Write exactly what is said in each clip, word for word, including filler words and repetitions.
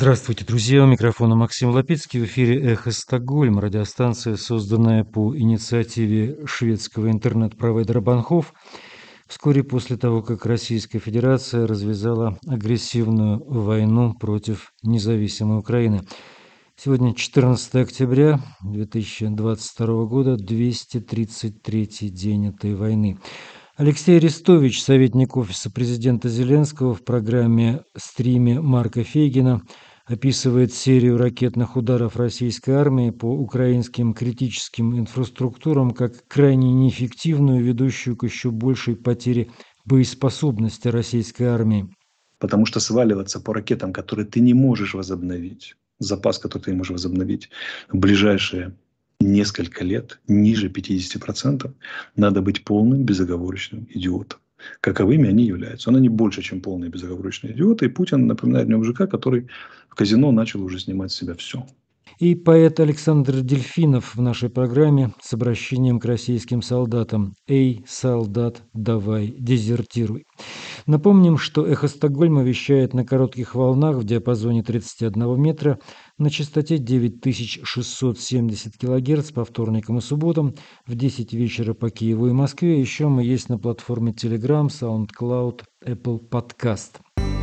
Здравствуйте, друзья! У микрофона Максим Лапицкий. В эфире «Эхо Стокгольм», радиостанция, созданная по инициативе шведского интернет-провайдера Банхоф вскоре после того, как Российская Федерация развязала агрессивную войну против независимой Украины. Сегодня четырнадцатое октября две тысячи двадцать второго года, двести тридцать третий день этой войны. Алексей Арестович, советник Офиса президента Зеленского, в программе «Стриме» Марка Фейгина описывает серию ракетных ударов российской армии по украинским критическим инфраструктурам как крайне неэффективную, ведущую к еще большей потере боеспособности российской армии. Потому что сваливаться по ракетам, которые ты не можешь возобновить, запас, который ты не можешь возобновить в ближайшие несколько лет, ниже пятидесяти процентов, надо быть полным безоговорочным идиотом. Каковыми они являются. Но они больше, чем полные безоговорочные идиоты. И Путин напоминает мне мужика, который в казино начал уже снимать с себя все. И поэт Александр Дельфинов в нашей программе с обращением к российским солдатам: «Эй, солдат, давай, дезертируй». Напомним, что «Эхо Стокгольма» вещает на коротких волнах в диапазоне тридцати одного метра на частоте девять тысяч шестьсот семьдесят килогерц по вторникам и субботам в десять вечера по Киеву и Москве. Еще мы есть на платформе Telegram, SoundCloud, Apple Podcast.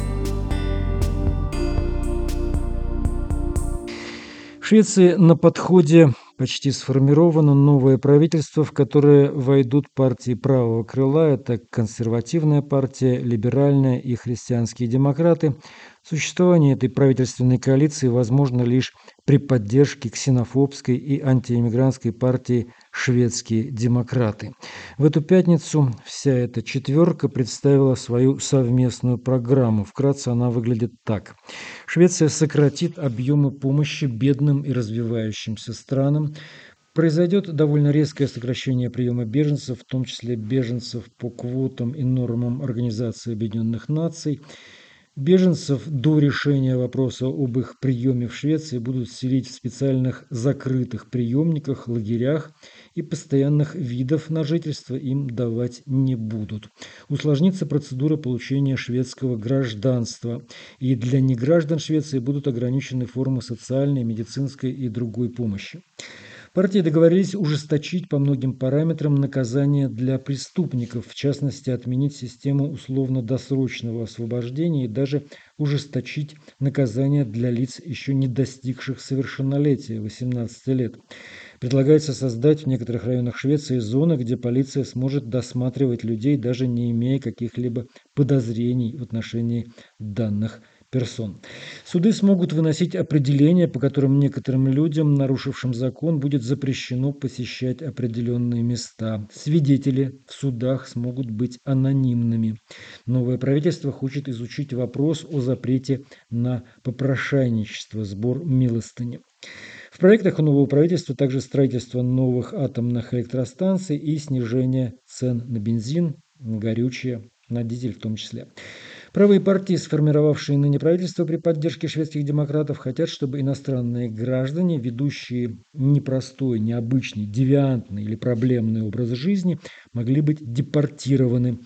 В Швеции на подходе почти сформировано новое правительство, в которое войдут партии правого крыла. Это консервативная партия, либеральная и христианские демократы. Существование этой правительственной коалиции возможно лишь при поддержке ксенофобской и антииммигрантской партии «Шведские демократы». В эту пятницу вся эта четверка представила свою совместную программу. Вкратце она выглядит так. Швеция сократит объемы помощи бедным и развивающимся странам. Произойдет довольно резкое сокращение приема беженцев, в том числе беженцев по квотам и нормам Организации Объединенных Наций. Беженцев до решения вопроса об их приеме в Швеции будут селить в специальных закрытых приемниках, лагерях, и постоянных видов на жительство им давать не будут. Усложнится процедура получения шведского гражданства, и для неграждан Швеции будут ограничены формы социальной, медицинской и другой помощи. Партии договорились ужесточить по многим параметрам наказания для преступников, в частности, отменить систему условно-досрочного освобождения и даже ужесточить наказание для лиц, еще не достигших совершеннолетия, восемнадцати лет. Предлагается создать в некоторых районах Швеции зоны, где полиция сможет досматривать людей, даже не имея каких-либо подозрений в отношении данных персон. Суды смогут выносить определения, по которым некоторым людям, нарушившим закон, будет запрещено посещать определенные места. Свидетели в судах смогут быть анонимными. Новое правительство хочет изучить вопрос о запрете на попрошайничество, сбор милостыни. В проектах нового правительства также строительство новых атомных электростанций и снижение цен на бензин, на горючее, на дизель в том числе. Правые партии, сформировавшие ныне правительство при поддержке шведских демократов, хотят, чтобы иностранные граждане, ведущие непростой, необычный, девиантный или проблемный образ жизни, могли быть депортированы.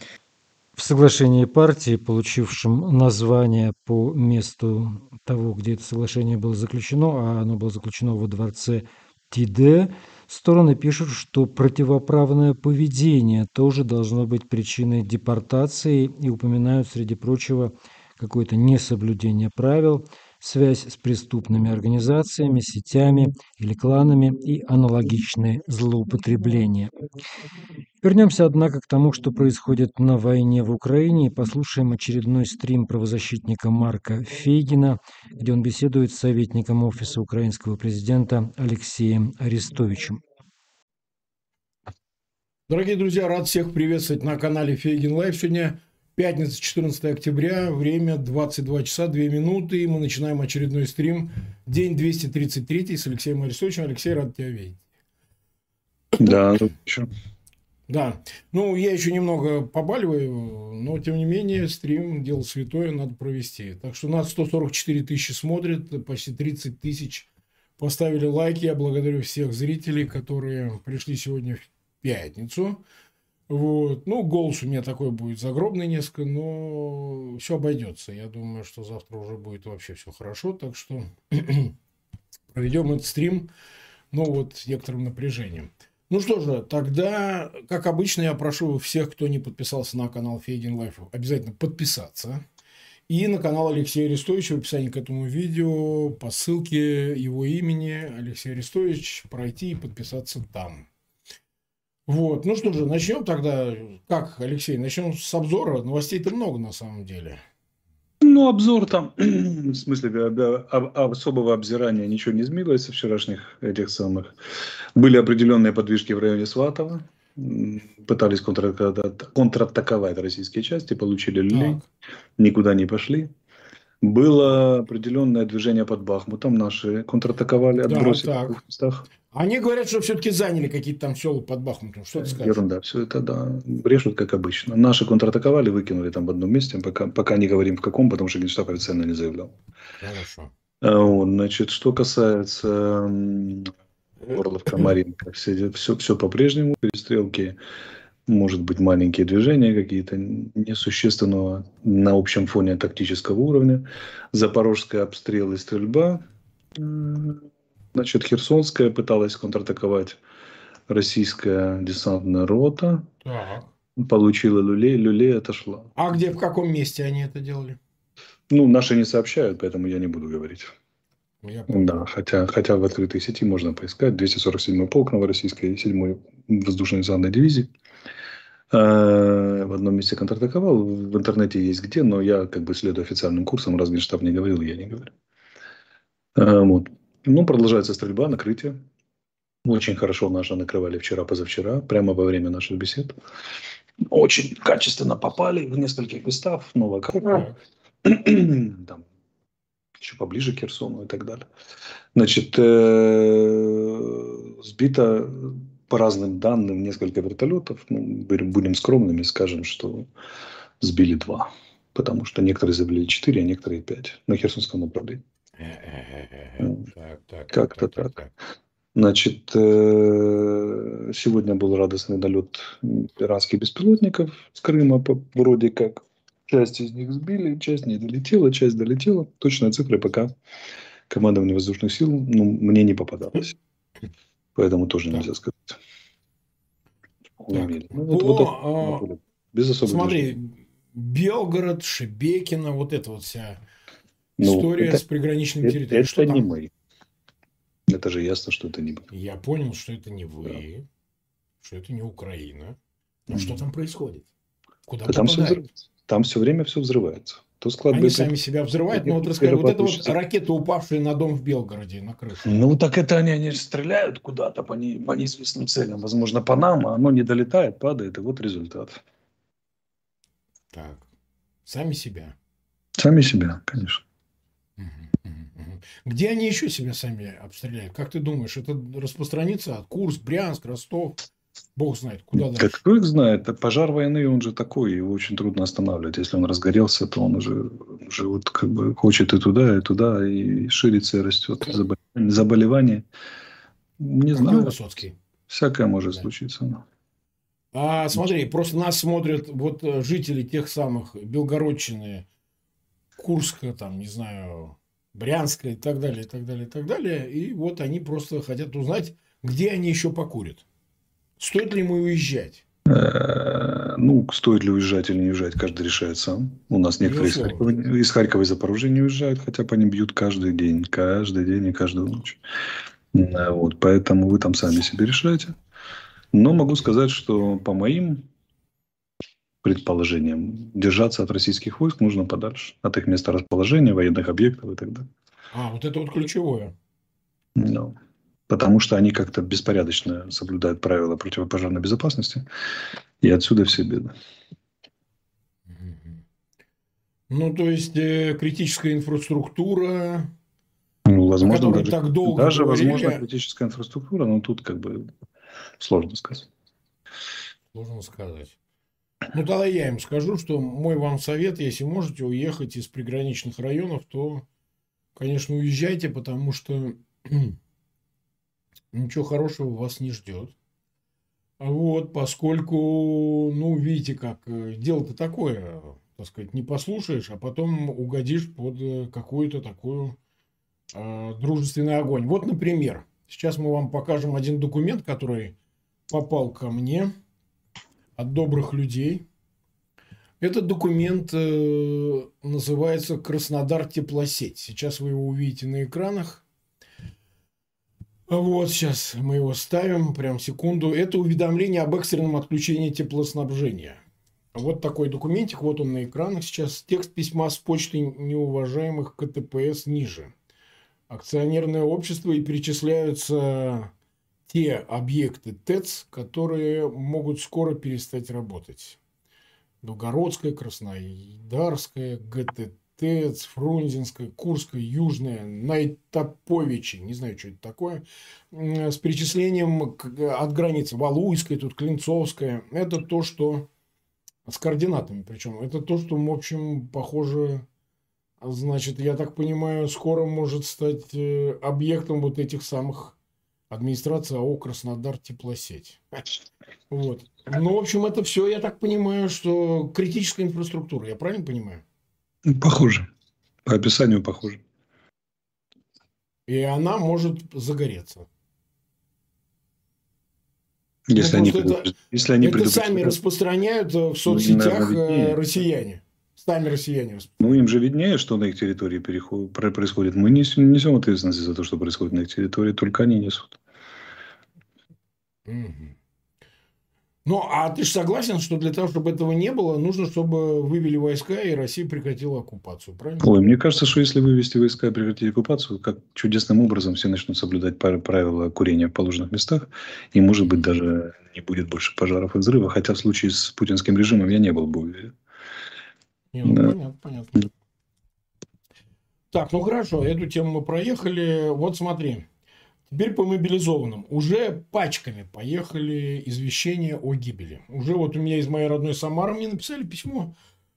В соглашении партии, получившем название по месту того, где это соглашение было заключено, а оно было заключено во дворце Тиде, стороны пишут, что противоправное поведение тоже должно быть причиной депортации, и упоминают, среди прочего, какое-то несоблюдение правил, связь с преступными организациями, сетями или кланами и аналогичные злоупотребления. Вернемся, однако, к тому, что происходит на войне в Украине, и послушаем очередной стрим правозащитника Марка Фейгина, где он беседует с советником Офиса украинского президента Алексеем Арестовичем. Дорогие друзья, рад всех приветствовать на канале Фейгин Лайв. Сегодня пятница, четырнадцатое октября, время двадцать два часа две минуты. И мы начинаем очередной стрим. День двести тридцать три с Алексеем Арестовичем. Алексей, рад тебя видеть. Да, еще. Да, ну я еще немного побаливаю, но тем не менее стрим дело святое, надо провести. Так что нас сто сорок четыре тысячи смотрят, почти тридцать тысяч поставили лайки. Я благодарю всех зрителей, которые пришли сегодня в пятницу. Вот. Ну, голос у меня такой будет загробный несколько, но все обойдется. Я думаю, что завтра уже будет вообще все хорошо. Так что проведем этот стрим, ну, вот с некоторым напряжением. Ну что же, тогда, как обычно, я прошу всех, кто не подписался на канал Фейгин Лайф, обязательно подписаться. И на канал Алексея Арестовича в описании к этому видео по ссылке его имени Алексей Арестович пройти и подписаться там. Вот, ну что же, начнем тогда. Как, Алексей, начнем с обзора. Новостей-то много на самом деле. Ну, обзор там, в смысле, об- об- особого обзирания ничего не изменилось со вчерашних этих самых. Были определенные подвижки в районе Сватова. М, Пытались контратаковать, контратаковать российские части, получили люлей, Так, никуда не пошли. Было определенное движение под Бахмутом, наши контратаковали, да, отбросили в так. двух местах. Они говорят, что все-таки заняли какие-то там села под Бахмутом. Что ты скажешь? Ерунда, все это, да, брешут, как обычно. Наши контратаковали, выкинули там в одном месте, пока, пока не говорим в каком, потому что Генштаб официально не заявлял. Хорошо. А, вот, значит, что касается м, Горловка, Маринка, все, все, все по-прежнему, перестрелки, может быть, маленькие движения какие-то несущественного на общем фоне тактического уровня. Запорожская обстрел и стрельба. М, Значит, Херсонская пыталась контратаковать российская десантная рота. Так. Получила люлей, люлей отошла. А где, в каком месте они это делали? Ну, наши не сообщают, поэтому я не буду говорить. Я Да, понял. хотя, хотя в открытой сети можно поискать. двести сорок седьмой полк Новороссийской седьмой воздушно-десантной дивизии. Э, В одном месте контратаковал. В интернете есть где, но я как бы следую официальным курсам. Раз Генштаб не говорил, я не говорю. Э, Вот. Ну, продолжается стрельба, накрытие. Очень хорошо наши накрывали вчера-позавчера, прямо во время наших бесед. Очень качественно попали в нескольких местах. Новокопа. Так. Там еще поближе к Херсону и так далее. Значит, э, сбито по разным данным несколько вертолетов. Ну, будем будем скромными, скажем, что сбили два. Потому что некоторые забили четыре, а некоторые пять на Херсонском направлении. Так, так, так, Как-то так, так, так. так. Значит, э, сегодня был радостный налет иранских беспилотников с Крыма, по- вроде как. Часть из них сбили, часть не долетела, часть долетела. Точные цифры пока командование воздушных сил, ну, мне не попадалось. Поэтому тоже Так, нельзя сказать. так. Умели. Ну, вот, вот это на По, поле. Без а, особых движений. смотри, Белгород, Шебекино, вот эта вот вся Ну, история это, с приграничными это, территориями. Что это не там? мы. Это же ясно, что это не мы. Я понял, что это не Да. вы, что это не Украина. Но Мгм. что там происходит? Куда Да там все попадает? взрывается. Там все время все взрывается. То склад Они сами боеприпасов. себя взрывают, но вот Где- расскажи, вот это вот где-то ракеты, упавшие на дом в Белгороде, на крышу. Ну, так это они, они стреляют куда-то по, не, по неизвестным целям. Возможно, по нам, а оно не долетает, падает, и вот результат. Так, сами себя. Сами себя, конечно. Мгм, мгм, мгм. Где они еще себя сами обстреляют? Как ты думаешь, это распространится от Курск, Брянск, Ростов? Бог знает, куда Как дальше. кто их знает? А пожар войны, он же такой, его очень трудно останавливать. Если он разгорелся, то он уже, уже вот как бы хочет и туда, и туда, и ширится, и растет. Заболевание. заболевание. Не Как говорил знаю, Высоцкий. всякое может Да. случиться. но. А смотри, просто нас смотрят вот э, жители тех самых Белгородчины, Курска, там, не знаю, Брянска и так далее, и так далее, и так далее. И вот они просто хотят узнать, где они еще покурят. Стоит ли ему уезжать? Э, Ну, стоит ли уезжать или не уезжать, каждый решает сам. У нас некоторые из Безусловно. Харькова, из Харькова и Запорожья не уезжают, хотя по ним бьют каждый день, каждый день и каждую ночь. Э, Вот, поэтому вы там сами себе решаете. Но могу сказать, что по моим предположениям, держаться от российских войск нужно подальше. От их места расположения, военных объектов и так далее. А, вот это вот ключевое. Ну, потому что они как-то беспорядочно соблюдают правила противопожарной безопасности. И отсюда все беды. Мгм. Ну, то есть, э, критическая инфраструктура, Ну, о возможно, которой даже, так долго даже возможно, говорили, критическая инфраструктура, но тут как бы сложно сказать. сложно сказать. Ну, тогда я им скажу, что мой вам совет, если можете уехать из приграничных районов, то, конечно, уезжайте, потому что ничего хорошего вас не ждет. Вот, поскольку, ну, видите, как э, дело-то такое, так сказать, не послушаешь, а потом угодишь под э, какую-то такую э, дружественный огонь. Вот, например, сейчас мы вам покажем один документ, который попал ко мне от добрых людей. Этот документ э, называется «Краснодар теплосеть». Сейчас вы его увидите на экранах. Вот, сейчас мы его ставим, прям секунду. Это уведомление об экстренном отключении теплоснабжения. Вот такой документик, вот он на экранах сейчас. Текст письма с почты неуважаемых ка тэ пэ эс ниже. Акционерное общество, и перечисляются те объекты ТЭЦ, которые могут скоро перестать работать. Белгородская, Краснодарская, гэ тэ ТЭЦ, Фрунзенская, Курская, Южная, Найтоповичи, не знаю, что это такое, с перечислением от границы Валуйская, тут Клинцовская. Это то, что с координатами причем. Это то, что, в общем, похоже, значит, я так понимаю, скоро может стать объектом вот этих самых администрации АО «Краснодар теплосеть». Вот. Ну, в общем, это все, я так понимаю, что критическая инфраструктура. Я правильно понимаю? Похоже. По описанию похоже. И она может загореться. Если ну, они, это, если они это сами распространяют в соцсетях ну, россияне. Сами россияне. Ну, им же виднее, что на их территории переход, происходит. Мы не несем ответственности за то, что происходит на их территории. Только они несут. Угу. Ну, а ты же согласен, что для того, чтобы этого не было, нужно, чтобы вывели войска, и Россия прекратила оккупацию, правильно? Ой, мне кажется, что если вывести войска и прекратить оккупацию, как чудесным образом все начнут соблюдать правила курения в положенных местах, и, может быть, даже не будет больше пожаров и взрывов. Хотя в случае с путинским режимом я не был бы уверен. Не, ну, да. Понятно, понятно. Так, ну хорошо, эту тему мы проехали. Вот смотри. Теперь по мобилизованным. Уже пачками поехали извещения о гибели. Уже вот у меня из моей родной Самары мне написали письмо,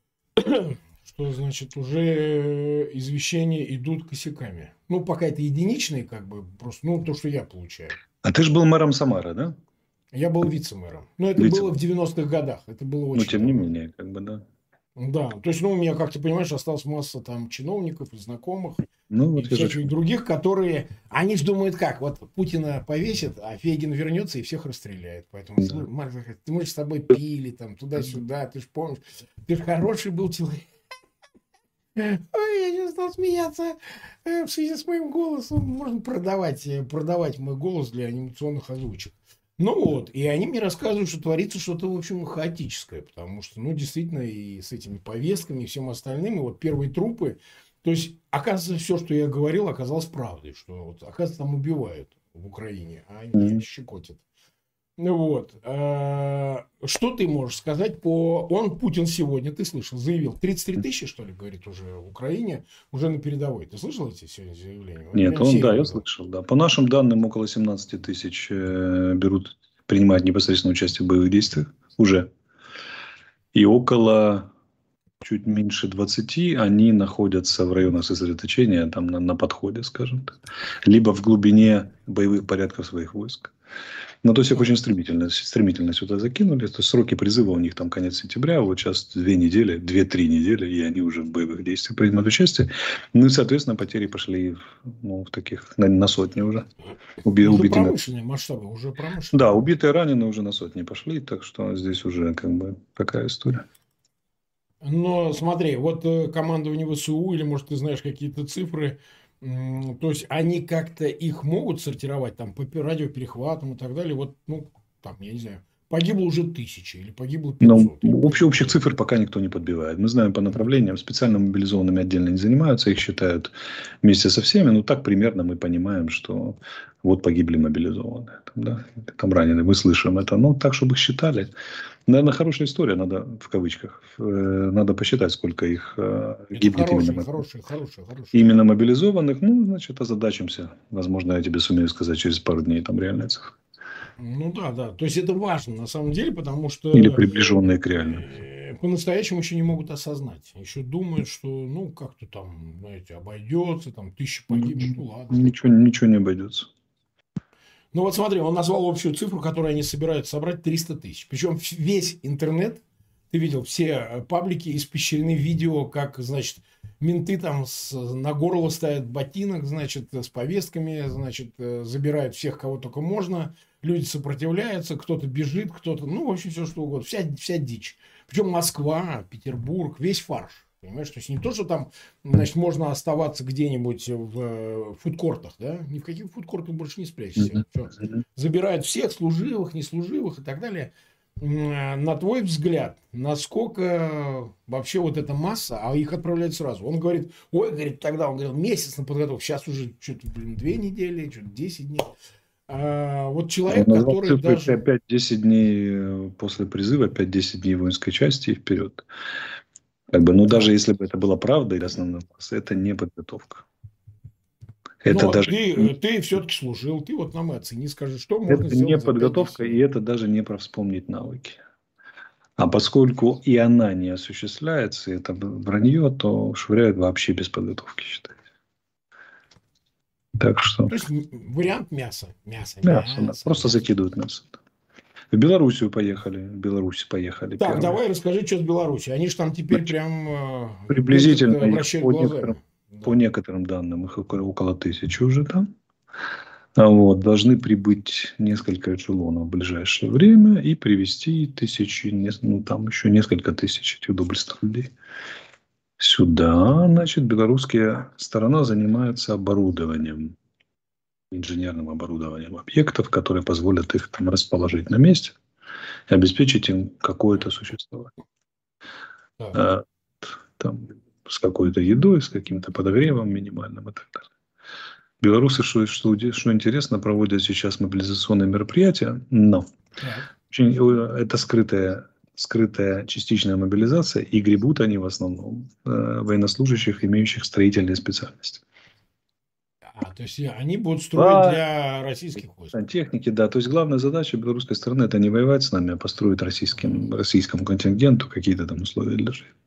что, значит, уже извещения идут косяками. Ну, пока это единичные, как бы, просто, ну, то, что я получаю. А ты же был мэром Самары, да? Я был вице-мэром. Но это Вице... было в девяностых годах. Это было очень... Ну, тем не менее, как бы, да. Да, то есть, ну, у меня, как ты понимаешь, осталась масса там чиновников и знакомых, ну, вот и всяких других, которые, они же думают как, вот Путина повесит, а Фейгин вернется и всех расстреляет. Поэтому, да. Марк, ты, мы же с тобой пили там туда-сюда, ты же помнишь, ты же хороший был человек. Ой, я сейчас стал смеяться в связи с моим голосом. Можно продавать, продавать мой голос для анимационных озвучек. Ну вот, и они мне рассказывают, что творится что-то, в общем, хаотическое, потому что, ну, действительно, и с этими повестками, и всем остальным, и вот первые трупы, то есть, оказывается, все, что я говорил, оказалось правдой, что, вот, оказывается, там убивают в Украине, а не щекотят. Ну вот, что ты можешь сказать по... Он, Путин, сегодня, ты слышал, заявил, тридцать три тысячи, что ли, говорит, уже в Украине, уже на передовой. Ты слышал эти сегодня заявления? Нет, он, да, я слышал, да. По нашим данным, около семнадцать тысяч берут, принимают непосредственное участие в боевых действиях уже. И около чуть меньше двадцати они находятся в районах сосредоточения, там на, на подходе, скажем так. Либо в глубине боевых порядков своих войск. Но то есть их очень стремительно, стремительно сюда закинули. То есть сроки призыва у них там конец сентября. Вот сейчас две недели, две-три недели, и они уже в боевых действиях принимают участие. Ну и, соответственно, потери пошли ну, в таких на, на сотни уже. Уби, уже убитые промышленные масштабы, уже промышленные. Да, убитые, раненые уже на сотни пошли. Так что здесь уже как бы такая история. Но смотри, вот командование вэ эс у или, может, ты знаешь какие-то цифры, то есть они как-то их могут сортировать там по радиоперехватам и так далее. Вот, ну, там, я не знаю, погибло уже тысячи или погибло пятьсот. Но общих, общих цифр пока никто не подбивает. Мы знаем по направлениям, специально мобилизованными отдельно не занимаются, их считают вместе со всеми. Но так примерно мы понимаем, что вот погибли мобилизованные, там, да, там раненые, мы слышим это. Но так, чтобы их считали. Наверное, хорошая история, надо в кавычках, надо посчитать, сколько их это гибнет хороший, именно, хороший, хороший, хороший. именно мобилизованных. Ну, значит, озадачимся. Возможно, я тебе сумею сказать через пару дней там реальная цифра. Ну да, да. То есть это важно на самом деле, потому что... Или приближенные к реальному. По-настоящему еще не могут осознать. Еще думают, что ну как-то там, знаете, обойдется, там тысяча погибнет, ну ладно. Ничего, ничего не обойдется. Ну вот смотри, он назвал общую цифру, которую они собираются собрать, триста тысяч. Причем весь интернет, ты видел, все паблики испещрены видео, как, значит, менты там с, на горло ставят ботинок, значит, с повестками, значит, забирают всех, кого только можно. Люди сопротивляются, кто-то бежит, кто-то, ну, в общем, все что угодно. Вся, вся дичь. Причем Москва, Петербург, весь фарш. Понимаешь, то есть не то, что там, значит, можно оставаться где-нибудь в фудкортах, да? Ни в каких фудкортах больше не спрячешься. Mm-hmm. Забирают всех, служивых, неслуживых и так далее. На твой взгляд, насколько вообще вот эта масса, а их отправляют сразу? Он говорит, ой, говорит, тогда он говорил, месяц на подготовку, сейчас уже что-то, блин, две недели, что-то десять дней. А вот человек, он который даже... пять-десять дней после призыва, пять-десять дней воинской части и вперед. Как бы, ну, даже если бы это была правда или основная масса, это не подготовка. Это Но даже... ты, ты все-таки служил, ты вот нам оцени, скажи, что можно это сделать не за подготовка, и это даже не про вспомнить навыки. А поскольку и она не осуществляется, и это вранье, то швыряют вообще без подготовки, считается. Так что... То есть вариант мяса. Мясо, мясо, мясо, да. Просто мясо. закидывают мясо. В Белоруссию поехали. В Беларусь поехали. Так, первые. Давай расскажи, что с Беларусью. Они же там теперь Значит, прям приблизительно вращают по глазами. Некоторым, Да. по некоторым данным, их около, около тысячи уже там. А вот, должны прибыть несколько эшелонов в ближайшее время и привезти тысячи, ну там еще несколько тысяч этих доблестных людей. Сюда, значит, белорусская сторона занимается оборудованием. Инженерным оборудованием объектов, которые позволят их там расположить на месте и обеспечить им какое-то существование. А, там, с какой-то едой, с каким-то подогревом минимальным и так далее. Белорусы, что, что, что интересно, проводят сейчас мобилизационные мероприятия, но очень, это скрытая, скрытая частичная мобилизация, и гребут они в основном э, военнослужащих, имеющих строительные специальности. А, то есть они будут строить а, для российских войск. Техники, да. То есть главная задача белорусской стороны это не воевать с нами, а построить российским, российскому контингенту какие-то там условия для жизни.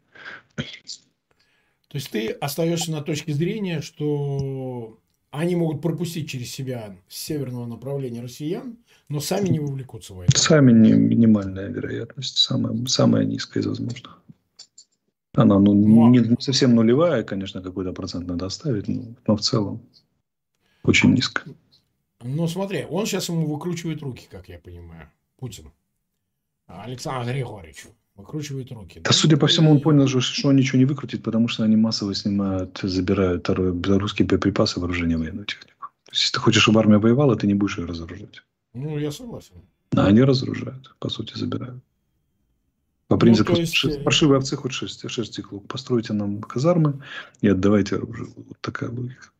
То есть ты остаешься на точке зрения, что они могут пропустить через себя с северного направления россиян, но сами не вовлекутся в войну. Сами не, минимальная вероятность, самая, самая низкая из возможных. Она ну, но... не совсем нулевая, конечно, какой-то процент надо оставить, но, но в целом очень низко. Ну, смотри, он сейчас ему выкручивает руки, как я понимаю, Путин. Александр Григорьевич выкручивает руки. Да, да, судя по всему, он понял, что он ничего не выкрутит, потому что они массово снимают, забирают белорусские боеприпасы, вооружение, военную технику. То есть, если ты хочешь, чтобы армия воевала, ты не будешь ее разоружать. Ну, я согласен. А они разоружают, по сути, забирают. По принципу, ну, есть... паршивые овцы хоть шерсть, шерсти клуб. Постройте нам казармы и отдавайте оружие. Вот такая логика.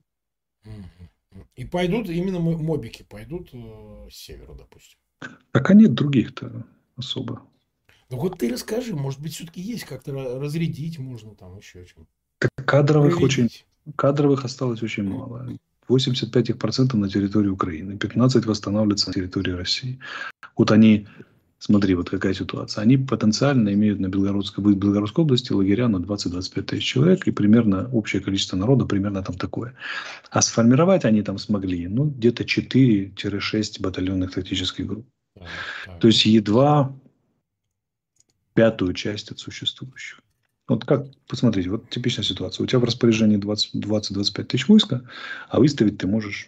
И пойдут именно мобики, пойдут э, с севера, допустим. Так а нет других-то особо. Ну вот ты расскажи, может быть, все-таки есть как-то разрядить можно там еще чем. Так кадровых очень, кадровых осталось очень мало. восемьдесят пять процентов на территории Украины, пятнадцать процентов восстанавливается на территории России. Вот они, смотри, вот какая ситуация. Они потенциально имеют на Белгородской, в Белгородской области лагеря на двадцать-двадцать пять тысяч человек, и примерно общее количество народа примерно там такое. А сформировать они там смогли, ну, где-то четыре-шесть батальонных тактических групп. Так, так. То есть едва пятую часть от существующих. Вот как, посмотрите, вот типичная ситуация. У тебя в распоряжении двадцать-двадцать пять тысяч войска, а выставить ты можешь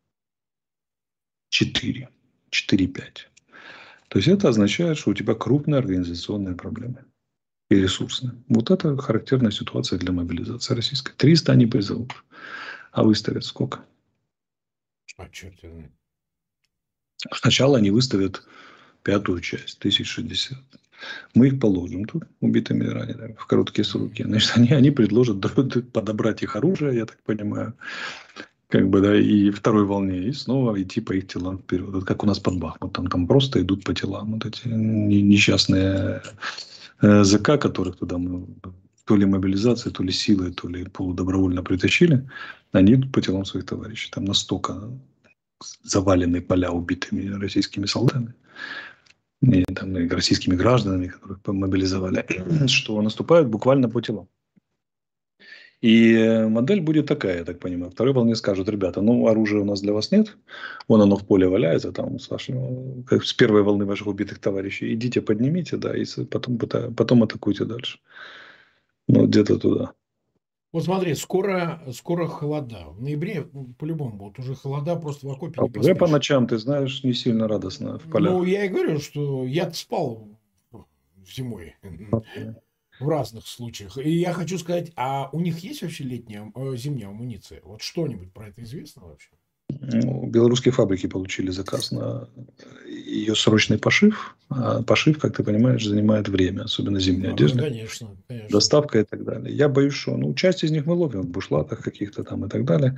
четыре, четыре-пять. То есть это означает, что у тебя крупные организационные проблемы и ресурсные. Вот это характерная ситуация для мобилизации российской. триста они призовут, а выставят сколько? А черт знает. Сначала они выставят пятую часть, тысяч шестьдесят. Мы их положим тут, убитыми ранеными, в короткие сроки. Значит, они, они предложат подобрать их оружие, я так понимаю, как бы, да, и второй волне, и снова идти по их телам вперед. Вот как у нас под Бахмутом, там просто идут по телам. Вот эти несчастные ЗК, которых туда мы то ли мобилизацией, то ли силой, то ли полудобровольно притащили, они идут по телам своих товарищей. Там настолько завалены поля убитыми российскими солдатами. И, там, и российскими гражданами, которых мобилизовали, что наступают буквально по телам. И модель будет такая, я так понимаю. Второй волне скажут: ребята, ну оружия у нас для вас нет, вон оно в поле валяется, там с, вашим, как с первой волны ваших убитых товарищей. Идите, поднимите, да, и потом, потом атакуйте дальше. Ну, где-то туда. Вот смотри, скоро, скоро холода. В ноябре ну, по-любому будут уже холода, просто в окопе А не уже по поспишь. ночам, ты знаешь, не сильно радостно в полях. Ну, я и говорю, что я спал зимой в разных случаях. И я хочу сказать, а у них есть вообще летняя, э, зимняя амуниция? Вот что-нибудь про это известно вообще? Ну, белорусские фабрики получили заказ на ее срочный пошив. А пошив, как ты понимаешь, занимает время, особенно зимней А, одежды. конечно, конечно. Доставка и так далее. Я боюсь, что ну, часть из них мы ловим в бушлатах каких-то там и так далее.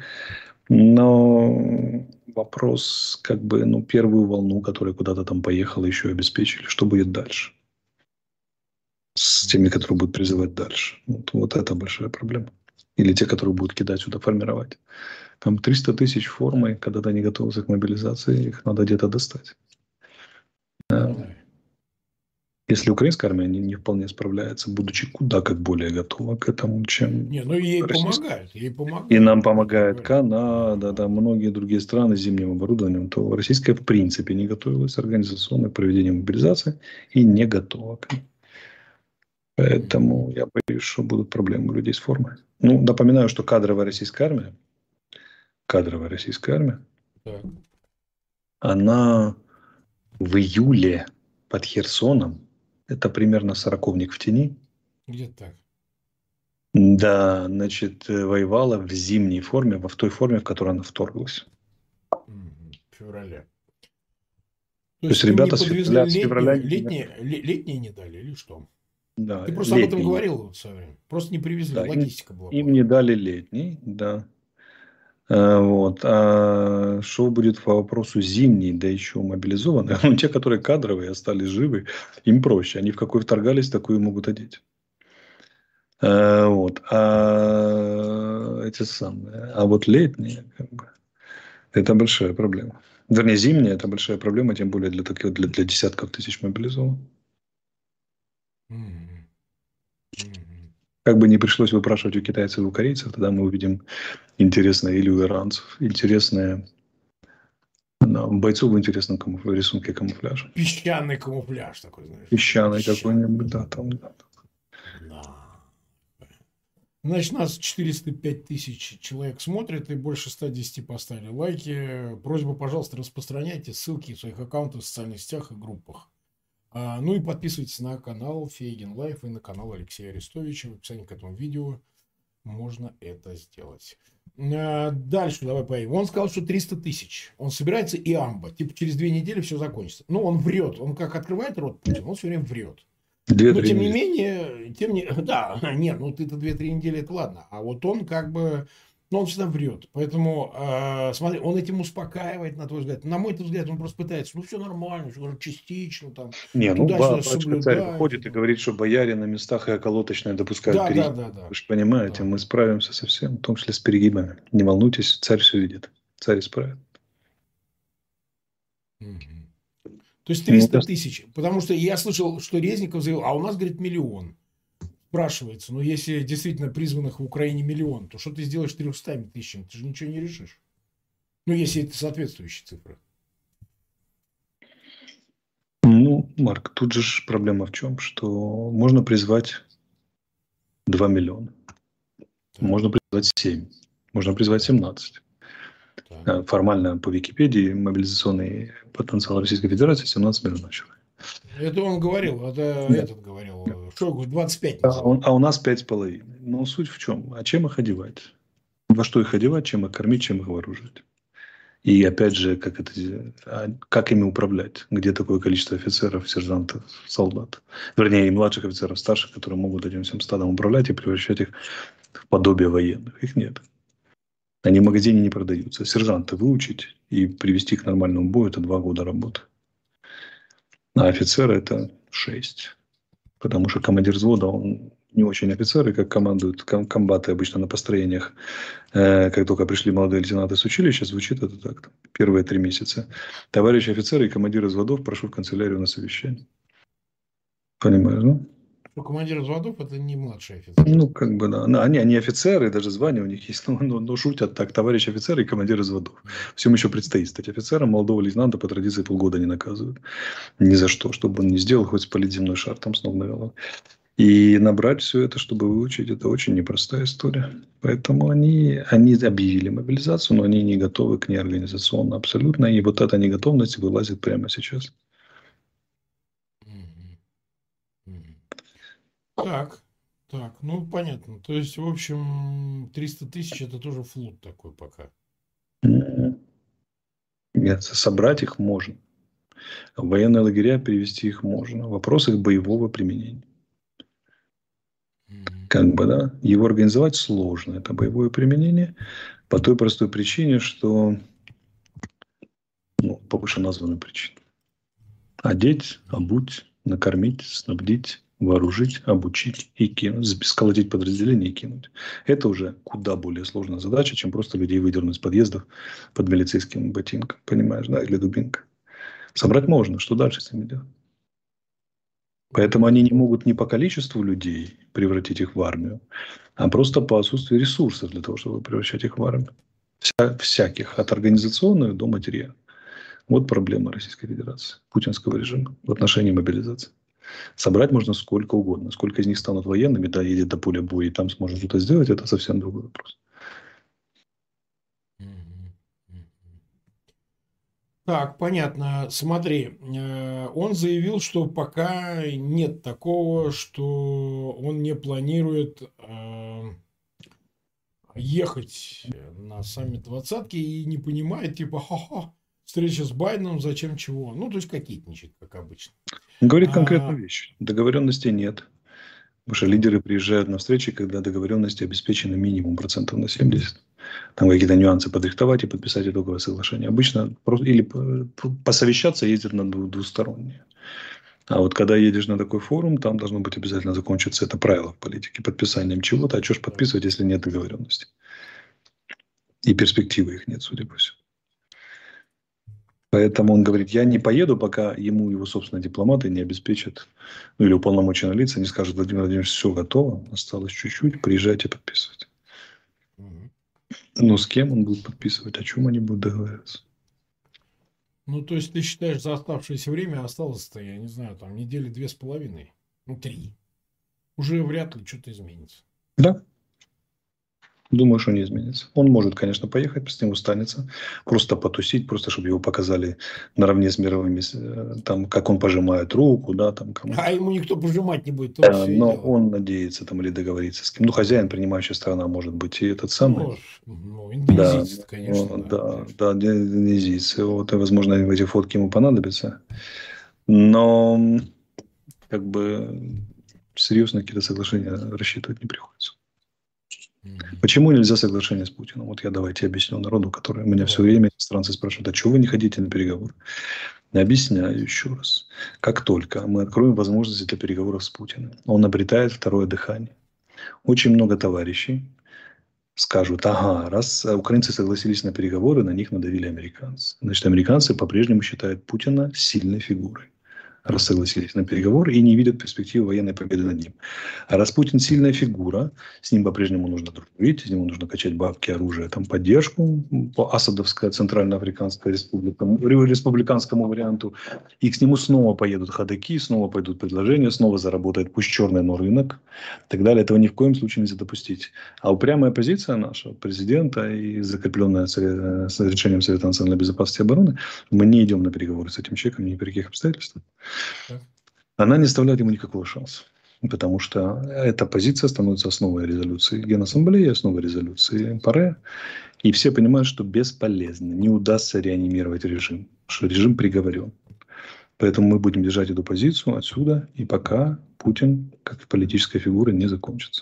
Но вопрос, как бы, ну, первую волну, которая куда-то там поехала, еще обеспечили. Что будет дальше? С теми, которые будут призывать дальше. Вот, вот это большая проблема. Или те, которые будут кидать сюда, формировать. Там триста тысяч формы, когда ты не готовился к мобилизации, их надо где-то достать. Ой. Если украинская армия не, не вполне справляется, будучи куда как более готова к этому, чем Не, ну ей российская. помогают, ей помогают. И нам помогает Канада, да, многие другие страны с зимним оборудованием, то российская в принципе не готовилась организационно к проведению мобилизации и не готова к ней. Поэтому я боюсь, что будут проблемы у людей с формой. Ну, напоминаю, что кадровая российская армия, кадровая российская армия, Так. она в июле под Херсоном, это примерно сороковник в тени, Где-то так. да, значит, воевала в зимней форме, в той форме, в которой она вторглась. В феврале. То есть ребята им с не подвезли февраля, с февраля летние, летние, летние не дали или что? да, Ты просто об этом летний. говорил вот в свое время. Просто не привезли, Да, логистика им, была. им не дали летний, да. А, вот. А что будет по вопросу зимний, да еще мобилизованные? Ну, те, которые кадровые, остались живы, им проще. Они в какой вторгались, такую могут одеть. А, вот. А эти самые. А вот летние, как бы, это большая проблема. Вернее, зимняя это большая проблема, тем более для таких для, для десятков тысяч мобилизованных. Mm-hmm. Mm-hmm. Как бы не пришлось выпрашивать у китайцев и у корейцев, тогда мы увидим интересное или у иранцев, интересное да, бойцов в интересном камуф... рисунке камуфляжа. Песчаный камуфляж такой, знаешь. Песчаный какой-нибудь, да, там, да. Да. Значит, нас четыреста пять тысяч человек смотрят и больше ста десяти поставили лайки. Просьба, пожалуйста, распространяйте ссылки в своих аккаунтах в социальных сетях и группах. А, ну и подписывайтесь на канал Фейгин Лайф и на канал Алексея Арестовича. В описании к этому видео можно это сделать. А, дальше давай поедем. Он сказал, что триста тысяч. Он собирается и амба. Типа через две недели все закончится. Ну, он врет. Он как открывает рот Путин, он все время врет. Но тем не менее, тем не... да, нет, ну ты-то две-три недели, это ладно. А вот он как бы, ну он всегда врет. Поэтому, э, смотри, он этим успокаивает, на твой взгляд. На мой взгляд, он просто пытается, ну все нормально, все частично там. Не, ну батюшка царь выходит и говорит, что бояре на местах и околоточные допускают да, перегибы. да, да, да. Вы же понимаете, да. Мы справимся со всем, в том числе с перегибами. Не волнуйтесь, царь все видит. Царь исправит. Угу. То есть триста тысяч. Потому что я слышал, что Резников заявил, а у нас, говорит, миллион. Спрашивается, ну если действительно призванных в Украине миллион, то что ты сделаешь трехстами тысячами? Ты же ничего не решишь. Ну, если это соответствующие цифры. Ну, Марк, тут же проблема в чем, что можно призвать два миллиона. Так. Можно призвать семь. Можно призвать семнадцать. Так. Формально по Википедии мобилизационный потенциал Российской Федерации семнадцать миллионов человек. Это он говорил, это да. Этот говорил. Шойгу двадцать пять. А, он, а у нас пять с половиной. Но суть в чем? А чем их одевать? Во что их одевать, чем их кормить, чем их вооружить? И опять же, как, это, как ими управлять? Где такое количество офицеров, сержантов, солдат? Вернее, и младших офицеров, старших, которые могут этим всем стадом управлять и превращать их в подобие военных. Их нет. Они в магазине не продаются. Сержанта выучить и привести к нормальному бою – это два года работы. А офицеры – это шесть. Потому что командир взвода, он не очень офицер, и как командуют комбаты обычно на построениях, э, как только пришли молодые лейтенанты с училища, звучит это так, первые три месяца. Товарищи офицеры и командиры взводов, прошу в канцелярию на совещание. Понимаешь, ну? Что командир взводов это не младший офицер. Ну, как бы, да. Ну, они, они офицеры, даже звания у них есть, но, но, но шутят так, товарищ офицер и командир взводов. Всем еще предстоит стать офицером. Молодого лейтенанта по традиции полгода не наказывают. Ни за что, чтобы он не сделал, хоть спалить земной шар там с ног на голову. И набрать все это, чтобы выучить, это очень непростая история. Поэтому они, они объявили мобилизацию, но они не готовы к ней организационно абсолютно. И вот эта неготовность вылазит прямо сейчас. Так, так, ну понятно. То есть, в общем, триста тысяч это тоже флот такой пока. Нет, собрать их можно. В военные лагеря перевести их можно. Вопрос их боевого применения. Как бы, да, его организовать сложно. Это боевое применение по той простой причине, что, ну, по вышеназванной причине. Одеть, обуть, накормить, снабдить, вооружить, обучить и кинуть, сколотить подразделение и кинуть. Это уже куда более сложная задача, чем просто людей выдернуть из подъездов под милицейским ботинком, понимаешь, да, или дубинкой. Собрать можно, что дальше с ними делать? Поэтому они не могут не по количеству людей превратить их в армию, а просто по отсутствию ресурсов для того, чтобы превращать их в армию. Вся, всяких, от организационных до материала. Вот проблема Российской Федерации, путинского режима в отношении мобилизации. Собрать можно сколько угодно. Сколько из них станут военными, да, едет до поля боя и там сможет что-то сделать, это совсем другой вопрос. Так, понятно. Смотри, он заявил, что пока нет такого, что он не планирует ехать на саммит двадцатки и не понимает, типа, ха-ха, встреча с Байденом, зачем чего? Ну, то есть, кокетничает, как обычно. Он говорит конкретную А... вещь. Договоренности нет. Потому что лидеры приезжают на встречи, когда договоренности обеспечены минимум процентов на семьдесят. Там какие-то нюансы подрихтовать и подписать итоговое соглашение. Обычно просто или посовещаться ездят на двусторонние. А вот когда едешь на такой форум, там должно быть обязательно закончиться это правило в политике подписанием чего-то. А что ж подписывать, если нет договоренности? И перспективы их нет, судя по всему. Поэтому он говорит, я не поеду, пока ему его собственные дипломаты не обеспечат, ну или уполномоченные лица не скажут, Владимир Владимирович, все готово, осталось чуть-чуть, приезжайте подписывать. Но с кем он будет подписывать, о чем они будут договариваться? Ну, то есть, ты считаешь, за оставшееся время осталось-то, я не знаю, там, недели две с половиной, ну, три. Уже вряд ли что-то изменится. Да. Думаю, что не изменится. Он может, конечно, поехать, с ним устанется, просто потусить, просто чтобы его показали наравне с мировыми, там, как он пожимает руку, да, там кому-то. А ему никто пожимать не будет. Да, но он надеется там или договориться с кем. Ну, хозяин, принимающая сторона, может быть, и этот самый. Ну, ну индонезиец, да, конечно. Да, да, да, индонезийцы. Вот, и, возможно, эти фотки ему понадобятся. Но, как бы, серьезно какие-то соглашения рассчитывать не приходится. Почему нельзя соглашение с Путиным? Вот я давайте объясню народу, который меня все время иностранцы спрашивают, а чего вы не ходите на переговоры? Объясняю еще раз. Как только мы откроем возможности для переговоров с Путиным, он обретает второе дыхание. Очень много товарищей скажут, ага, раз украинцы согласились на переговоры, на них надавили американцы. Значит, американцы по-прежнему считают Путина сильной фигурой. Раз согласились на переговоры и не видят перспективы военной победы над ним. А раз Путин сильная фигура, с ним по-прежнему нужно дружить, с ним нужно качать бабки, оружие, там, поддержку по Асадовская Центральноафриканская республика, республиканскому варианту. И к нему снова поедут ходаки, снова пойдут предложения, снова заработает пусть черный, но рынок. И так далее. Этого ни в коем случае нельзя допустить. А упрямая позиция наша, президента и закрепленная с решением Совета национальной безопасности и обороны, мы не идем на переговоры с этим человеком ни при каких обстоятельствах. Она не оставляет ему никакого шанса. Потому что эта позиция становится основой резолюции Генассамблеи, основой резолюции ПАРЕ. И все понимают, что бесполезно, не удастся реанимировать режим, что режим приговорен. Поэтому мы будем держать эту позицию отсюда, и пока Путин, как политическая фигура, не закончится.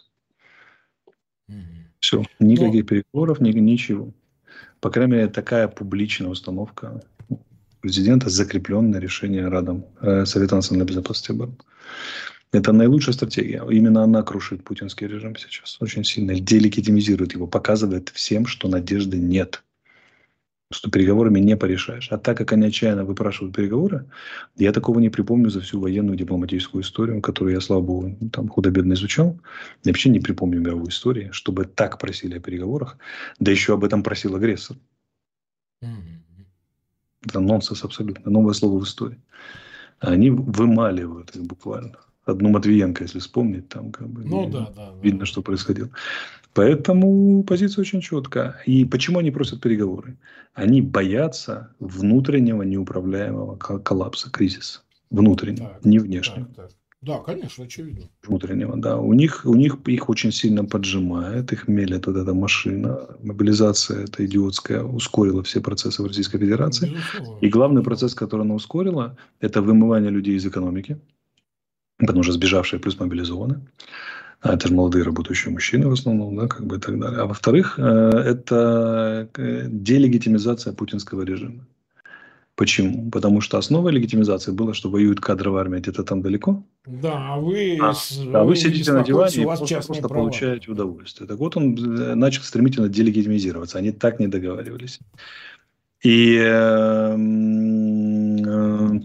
Все, никаких Но... переговоров, ни, ничего. По крайней мере, такая публичная установка президента, закрепленное решение Радом э, Совета национальной безопасности и обороны. Это наилучшая стратегия. Именно она крушит путинский режим сейчас очень сильно, делегитимизирует его, показывает всем, что надежды нет. что переговорами не порешаешь. А так как они отчаянно выпрашивают переговоры, я такого не припомню за всю военную дипломатическую историю, которую я, слава богу, там худо-бедно изучал. Я вообще не припомню мировой истории, чтобы так просили о переговорах, да еще об этом просил агрессор. Мгм. Это нонсенс абсолютно. Новое слово в истории. Они вымаливают их буквально. Одну Матвиенко, если вспомнить, там как бы Ну ви- да, да, видно, да. что происходило. Поэтому позиция очень четкая. И почему они просят переговоры? Они боятся внутреннего неуправляемого ко- коллапса, кризиса. Внутреннего, Так, не внешнего. так, так. Да, конечно, очевидно. Внутреннего, да. У них, у них их очень сильно поджимает, их мелет вот эта машина. Мобилизация эта идиотская ускорила все процессы в Российской Федерации. Безусловно, И главный безусловно. процесс, который она ускорила, это вымывание людей из экономики, потому что сбежавшие плюс мобилизованы. А это же молодые работающие мужчины в основном, да, как бы и так далее. А во-вторых, э, это э, делегитимизация путинского режима. Почему? Потому что основой легитимизации было, что воюет кадровая армия где-то там далеко, Да, а вы, а, с- а вы вы не сидите на беспокойтесь, диване у и вас просто, частные просто права. получаете удовольствие. Так вот, он э, начал стремительно делегитимизироваться. Они так не договаривались. И э, м, э,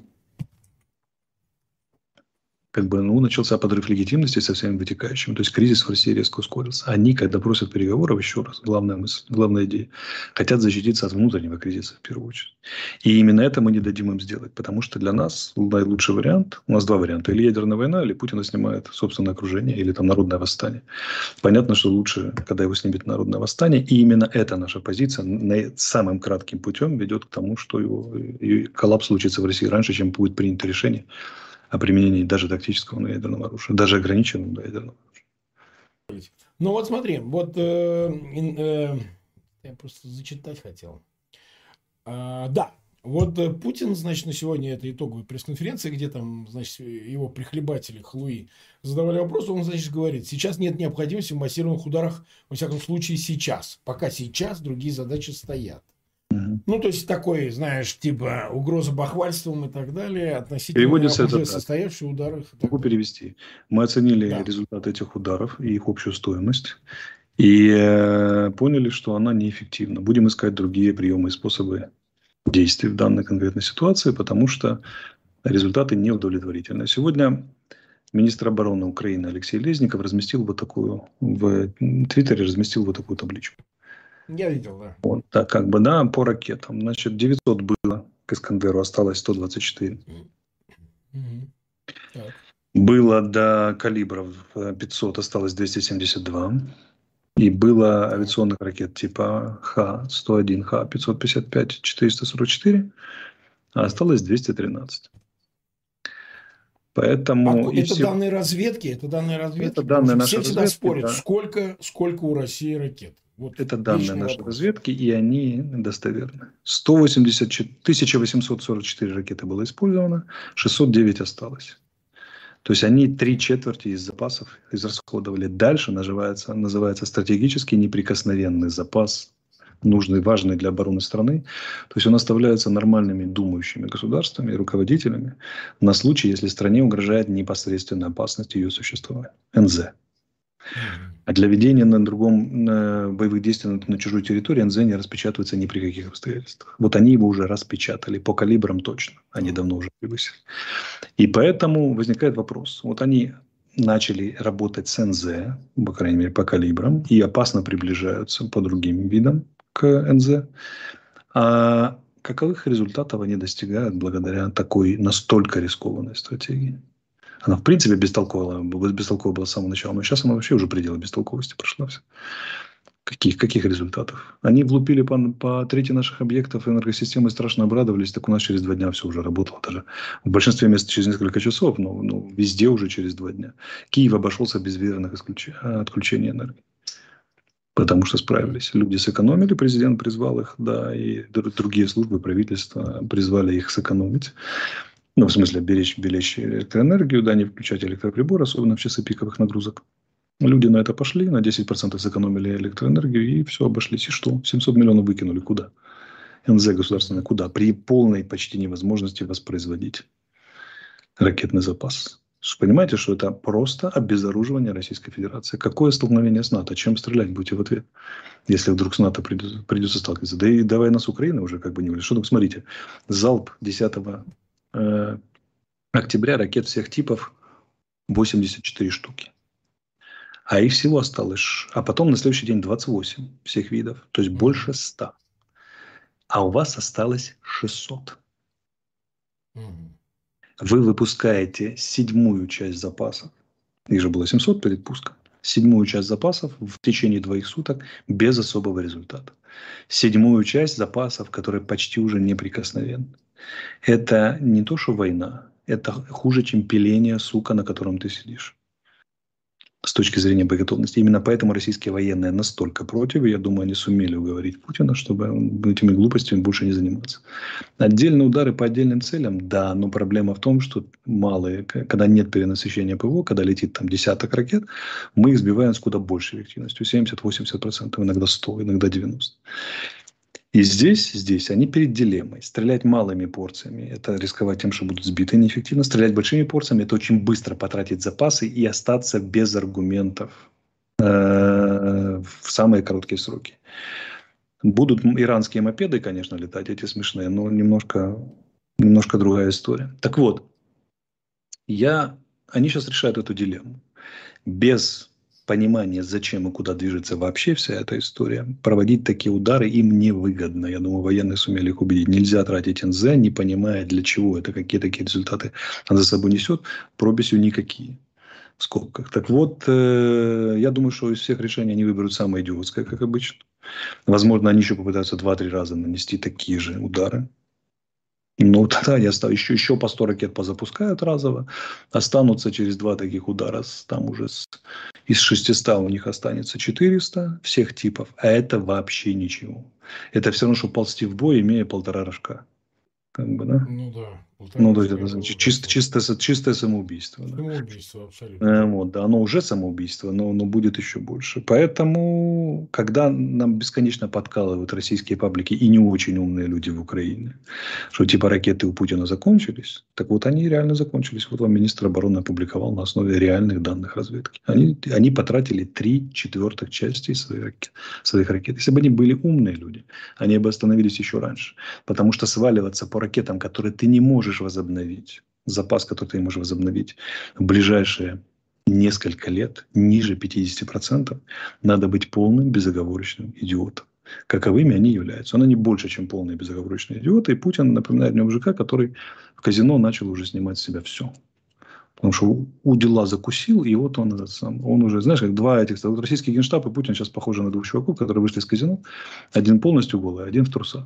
как бы, ну, начался подрыв легитимности со всеми вытекающими. То есть кризис в России резко ускорился. Они, когда просят переговоров, еще раз, главная мысль, главная идея, хотят защититься от внутреннего кризиса в первую очередь. И именно это мы не дадим им сделать, потому что для нас наилучший вариант, у нас два варианта, или ядерная война, или Путина снимает собственное окружение, или там народное восстание. Понятно, что лучше, когда его снимет народное восстание, и именно эта наша позиция на- самым кратким путем ведет к тому, что его, и коллапс случится в России раньше, чем будет принято решение о применении даже тактического ядерного оружия, даже ограниченного ядерного оружия. Ну вот смотри, вот э, ин- э, я просто зачитать хотел. А, да, вот э, Путин, значит, на сегодня это итоговая пресс-конференция, где там, значит, его прихлебатели Хлуи задавали вопрос, он, значит, говорит, сейчас нет необходимости в массированных ударах, во всяком случае, сейчас. Пока сейчас другие задачи стоят. Мгм. Ну, то есть, такой, знаешь, типа угроза бахвальством и так далее, относительно Переводится это уже так. состоявших ударов. и так Могу далее. перевести. Мы оценили Да. результаты этих ударов и их общую стоимость. И э, поняли, что она неэффективна. Будем искать другие приемы и способы действий в данной конкретной ситуации, потому что результаты неудовлетворительны. Сегодня министр обороны Украины Алексей Резников разместил вот такую, в Твиттере разместил вот такую табличку. Я видел, да. Вот, так как бы, да, по ракетам. Значит, девятьсот было к Искандеру, осталось сто двадцать четыре. Мгм. Так. Было до калибров э, пятьсот, осталось двести семьдесят два. И было Так. авиационных ракет типа Х сто один, Х пятьсот пятьдесят пять, четыреста сорок четыре, а Так. осталось двести тринадцать. А Поэтому ко- и это все. данные разведки, это данные разведки, Это потому данные что нашей все всегда разведки, спорят, да. сколько, сколько у России ракет. Вот Это данные вечный нашей вопрос. разведки, и они достоверны. сто восемьдесят четыре, тысяча восемьсот сорок четыре ракеты было использовано, шестьсот девять осталось. То есть они три четверти из запасов израсходовали. Дальше называется, называется стратегически неприкосновенный запас, нужный, важный для обороны страны. То есть он оставляется нормальными думающими государствами и руководителями на случай, если стране угрожает непосредственная опасность ее существования. эн зэ. Мгм. А для ведения на другом на боевых действий на, на чужой территории эн зэ не распечатывается ни при каких обстоятельствах. Вот они его уже распечатали по калибрам точно. Они Так. давно уже превысили. И поэтому возникает вопрос. Вот они начали работать с эн зэ, по крайней мере, по калибрам, и опасно приближаются по другим видам к эн зэ. А каковых результатов они достигают благодаря такой настолько рискованной стратегии? Она, в принципе, бестолковая, бестолковая была с самого начала, но сейчас она вообще уже пределы бестолковости прошла. Вся. Каких, каких результатов? Они влупили по, по трети наших объектов энергосистемы, страшно обрадовались, так у нас через два дня все уже работало. Даже в большинстве мест через несколько часов, но, но везде уже через два дня. Киев обошелся без верных исключ... отключений энергии. Потому что справились. Люди сэкономили, президент призвал их, да, и другие службы правительства призвали их сэкономить. Ну, в смысле, беречь, беречь электроэнергию, да, не включать электроприборы, особенно в часы пиковых нагрузок. Люди на это пошли, на десять процентов сэкономили электроэнергию и все, обошлись. И что? семьсот миллионов выкинули. Куда? эн зэ государственное куда? При полной почти невозможности воспроизводить ракетный запас. Понимаете, что это просто обезоруживание Российской Федерации. Какое столкновение с НАТО? Чем стрелять будете в ответ, если вдруг с НАТО придется, придется сталкиваться? Да и давай нас Украина уже как бы не влезет. Что там, смотрите, залп десятого э, октября ракет всех типов восемьдесят четыре штуки. А их всего осталось. А потом на следующий день двадцать восемь всех видов. То есть больше ста. А у вас осталось шестьсот. Вы выпускаете седьмую часть запасов. Их же было семьсот перед пуском. Седьмую часть запасов в течение двоих суток без особого результата. Седьмую часть запасов, которые почти уже неприкосновенны. Это не то, что война. Это хуже, чем пиление сука, на котором ты сидишь. С точки зрения боеготовности. Именно поэтому российские военные настолько против. И я думаю, они сумели уговорить Путина, чтобы этими глупостями больше не заниматься. Отдельные удары по отдельным целям, да, но проблема в том, что малые, когда нет перенасыщения ПВО, когда летит там десяток ракет, мы их сбиваем с куда большей эффективностью. семьдесят-восемьдесят процентов, иногда сто, иногда девяносто. И здесь, здесь они перед дилеммой. Стрелять малыми порциями – это рисковать тем, что будут сбиты неэффективно. Стрелять большими порциями – это очень быстро потратить запасы и остаться без аргументов э, в самые короткие сроки. Будут иранские мопеды, конечно, летать, эти смешные, но немножко, немножко другая история. Так вот, я, они сейчас решают эту дилемму. Без понимания, зачем и куда движется вообще вся эта история, проводить такие удары им невыгодно. Я думаю, военные сумели их убедить. Нельзя тратить эн зэ, не понимая, для чего это, какие такие результаты она за собой несет. Пробисью никакие. В скобках. Так вот, э, я думаю, что из всех решений они выберут самое идиотское, как обычно. Возможно, они еще попытаются два-три раза нанести такие же удары. Ну, тогда я стал, еще, еще по сто ракет позапускают разово. Останутся через два таких удара. Там уже с, из шестисот у них останется четыреста всех типов. А это вообще ничего. Это все равно, что ползти в бой, имея полтора рожка. Как бы, да? Ну да. Ну, то есть, это значит, чисто, чисто, чистое самоубийство. Да. Самоубийство, абсолютно. Э, вот, да, оно уже самоубийство, но, но будет еще больше. Поэтому, когда нам бесконечно подкалывают российские паблики и не очень умные люди в Украине, что типа ракеты у Путина закончились, так вот они реально закончились. Вот вам министр обороны опубликовал на основе реальных данных разведки. Они, они потратили три четвертых части своих ракет, своих ракет. Если бы они были умные люди, они бы остановились еще раньше. Потому что сваливаться по ракетам, которые ты не можешь возобновить, запас, который ты можешь возобновить в ближайшие несколько лет, ниже пятьдесят процентов, надо быть полным безоговорочным идиотом. Каковыми они являются. Но они больше, чем полные безоговорочные идиоты. И Путин напоминает мне мужика, который в казино начал уже снимать с себя все. Потому что у дела закусил, и вот он этот сам. Он уже, знаешь, как два этих... Вот российский генштаб и Путин сейчас похожи на двух чуваков, которые вышли из казино. Один полностью голый, один в трусах.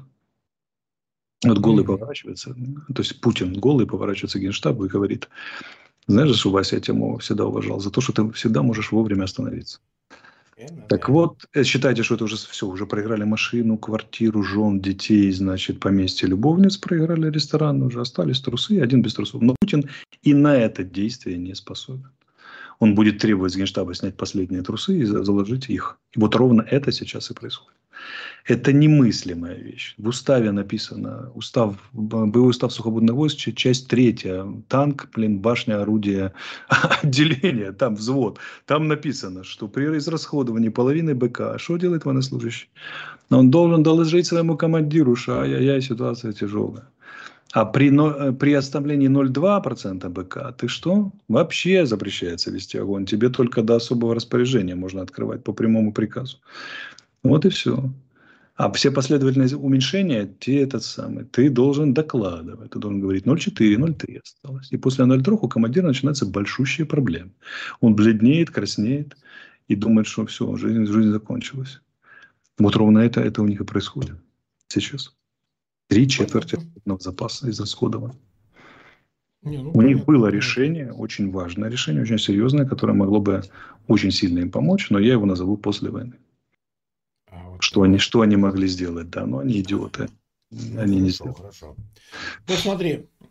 Вот голый mm-hmm. поворачивается. То есть Путин голый поворачивается к генштабу и говорит: знаешь, что, Вася, я тебя всегда уважал за то, что ты всегда можешь вовремя остановиться. Yeah, так yeah. вот, считайте, что это уже все. Уже проиграли машину, квартиру, жен, детей, значит, поместье, любовниц, проиграли ресторан, уже остались трусы, один без трусов. Но Путин и на это действие не способен. Он будет требовать с генштаба снять последние трусы и заложить их. И вот ровно это сейчас и происходит. Это немыслимая вещь. В уставе написано, устав, боевой устав сухопутных войск, часть третья, танк, блин, башня, орудие, отделение, там взвод. Там написано, что при израсходовании половины БК, что делает военнослужащий? Он должен доложить своему командиру, что ай-яй-яй, ситуация тяжелая. А при, при оставлении ноль целых две десятых процента БК, ты что? Вообще запрещается вести огонь. Тебе только до особого распоряжения можно открывать по прямому приказу. Вот и все. А все последовательные уменьшения, те этот самый, ты должен докладывать. Ты должен говорить ноль целых четыре, ноль целых три осталось. И после ноль целых три у командира начинаются большущие проблемы. Он бледнеет, краснеет и думает, что все, жизнь, жизнь закончилась. Вот ровно это, это у них и происходит сейчас. Три четверти запаса израсходовано. Не, ну, у понятно, них было понятно. решение, очень важное решение, очень серьезное, которое могло бы очень сильно им помочь, но я его назову после войны. А вот что, они, что они могли сделать, да, но они идиоты. Ну, они хорошо, не сделали. Хорошо. Ну, смотри,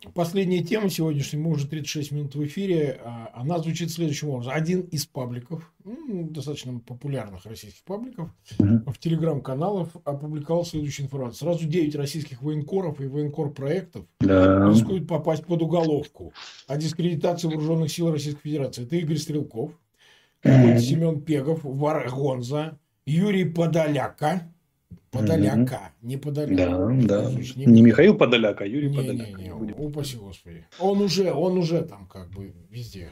Последняя тема сегодняшняя, мы уже тридцать шесть минут в эфире, она звучит следующим образом. Один из пабликов, ну, достаточно популярных российских пабликов, Мгм. в телеграм-каналах опубликовал следующую информацию. Сразу девять российских военкоров и военкор-проектов Да. рискуют попасть под уголовку о дискредитации вооруженных сил Российской Федерации. Это Игорь Стрелков, какой-то Мгм. Семен Пегов, Варгонза, Юрий Подоляка. Подоляка, не Подоляка. Да, да. Значит, Не Михаил Подоляк, а Юрий не, Подоляк. не, не, Будем- упаси Господи. Он уже, он уже там как бы везде.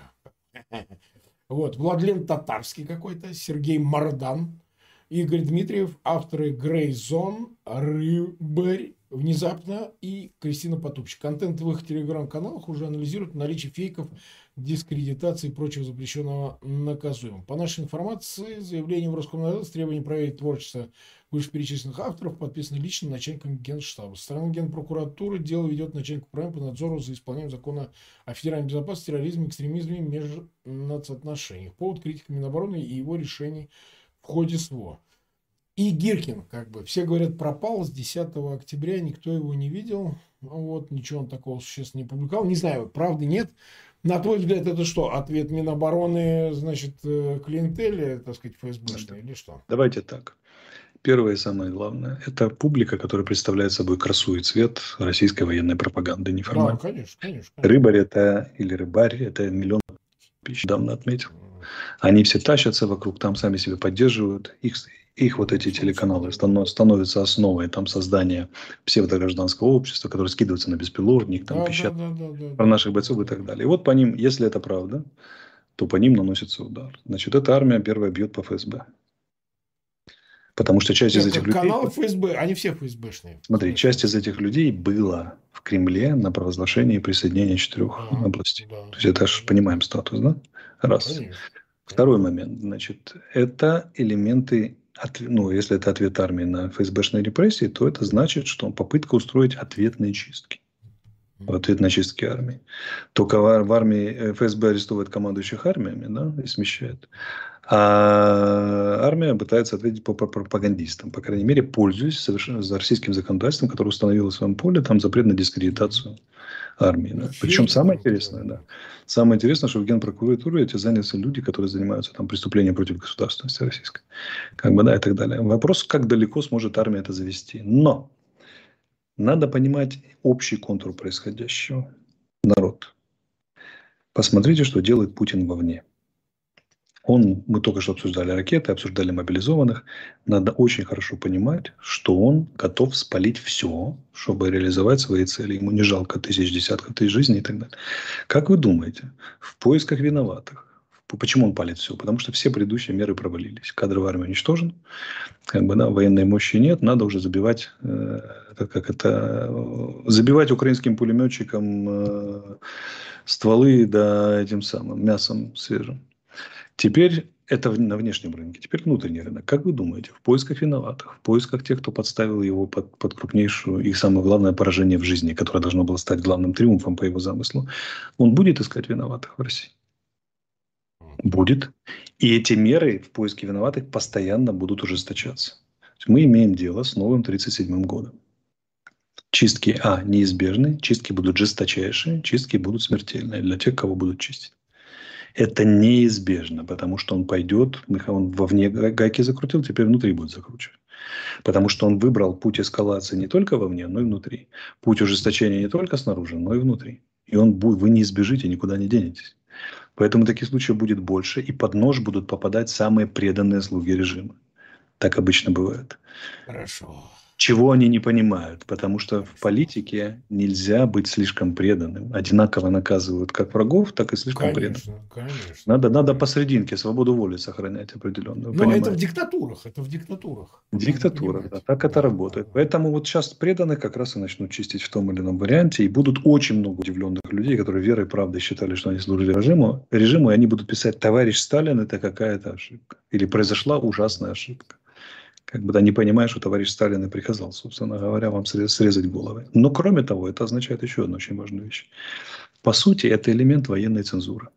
Вот, Владлен Татарский какой-то, Сергей Мардан, Игорь Дмитриев, авторы Грейзон, Рыбарь, внезапно и Кристина Потупчик. Контент в их телеграм-каналах уже анализируют наличие фейков, дискредитации и прочего запрещенного наказуемым. По нашей информации, заявление в Роскомнадзор с требованием проверить творчество вышеперечисленных авторов подписано лично начальником Генштаба. Со стороны Генпрокуратуры дело ведет начальник управления по надзору за исполнением закона о федеральной безопасности, терроризме, экстремизме и межнацоотношениях. Повод критика Минобороны и его решений в ходе СВО. И Гиркин, как бы, все говорят, пропал с десятого октября, никто его не видел. Ну вот, ничего он такого существенно не публиковал. Не знаю, правды нет. На твой взгляд, это что, ответ Минобороны, значит, э, клиентели, так сказать, ФСБшной или что? Давайте так. Первое и самое главное – это публика, которая представляет собой красу и цвет российской военной пропаганды Да, неформальной. конечно, конечно. конечно. Рыбарь это или рыбарь, это миллион тысяч, давно отметил. Они все тащатся вокруг, там сами себя поддерживают. Их, их вот эти телеканалы станов- становятся основой там, создания псевдогражданского общества, которое скидывается на беспилотник, там, Да, пищат да, да, да, да, про да, наших да, бойцов да, и так да. далее. И вот по ним, если это правда, то по ним наносится удар. Значит, эта армия первая бьет по ФСБ. Потому что часть из Нет, этих как людей... каналы ФСБ, они все ФСБшные. Смотри, часть из этих людей была в Кремле на провозглашении присоединения четырех Да, областей. да, То есть это да, же да. понимаем статус, да? Раз. Конечно. Второй момент, значит, это элементы, от- ну, если это ответ армии на ФСБшные репрессии, то это значит, что попытка устроить ответные чистки. В ответ на чистки армии. Только в, в армии э, ФСБ арестовывает командующих армиями, да, и смещает. А армия пытается ответить по, по пропагандистам, по крайней мере, пользуясь совершенно за российским законодательством, которое установило в своем поле там запрет на дискредитацию армии. Да. Причем самое интересное, да, самое интересное, что в Генпрокуратуре эти занятся люди, которые занимаются там преступлением против государственности российской, как бы, да, и так далее. Вопрос, как далеко сможет армия это завести. Но надо понимать общий контур происходящего. Народ. Посмотрите, что делает Путин вовне. Он, мы только что обсуждали ракеты, обсуждали мобилизованных. Надо очень хорошо понимать, что он готов спалить все, чтобы реализовать свои цели. Ему не жалко тысяч, десятков тысяч жизней и так далее. Как вы думаете, в поисках виноватых, почему он палит все? Потому что все предыдущие меры провалились. Кадровая армия уничтожена, как бы, да, военной мощи нет, надо уже забивать, э, как, как это, э, забивать украинским пулеметчикам э, стволы, да, этим самым мясом свежим. Теперь это на внешнем рынке. Теперь внутренний рынок. Как вы думаете, в поисках виноватых, в поисках тех, кто подставил его под, под крупнейшую и самое главное поражение в жизни, которое должно было стать главным триумфом по его замыслу, он будет искать виноватых в России? Будет. И эти меры в поиске виноватых постоянно будут ужесточаться. Мы имеем дело с новым тридцать седьмым годом. Чистки, а, неизбежны, чистки будут жесточайшие, чистки будут смертельные для тех, кого будут чистить. Это неизбежно, потому что он пойдет, он вовне гайки закрутил, теперь внутри будет закручивать. Потому что он выбрал путь эскалации не только вовне, но и внутри. Путь ужесточения не только снаружи, но и внутри. И он будет, вы не избежите, никуда не денетесь. Поэтому таких случаев будет больше, и под нож будут попадать самые преданные слуги режима. Так обычно бывает. Хорошо. Чего они не понимают, потому что в политике нельзя быть слишком преданным. Одинаково наказывают как врагов, так и слишком преданных. Конечно, конечно. Надо, надо посерединке свободу воли сохранять определенную. Но понимаете? это в диктатурах, это в диктатурах. Диктатура, да, так это Да, работает. да. Поэтому вот сейчас преданных как раз и начнут чистить в том или ином варианте. И будут очень много удивленных людей, которые верой и правдой считали, что они служили режиму, режиму, и они будут писать: товарищ Сталин, это какая-то ошибка. Или произошла ужасная ошибка. Как бы, да, не понимая, что товарищ Сталин и приказал, собственно говоря, вам срезать головы. Но кроме того, это означает еще одну очень важную вещь. По сути, это элемент военной цензуры.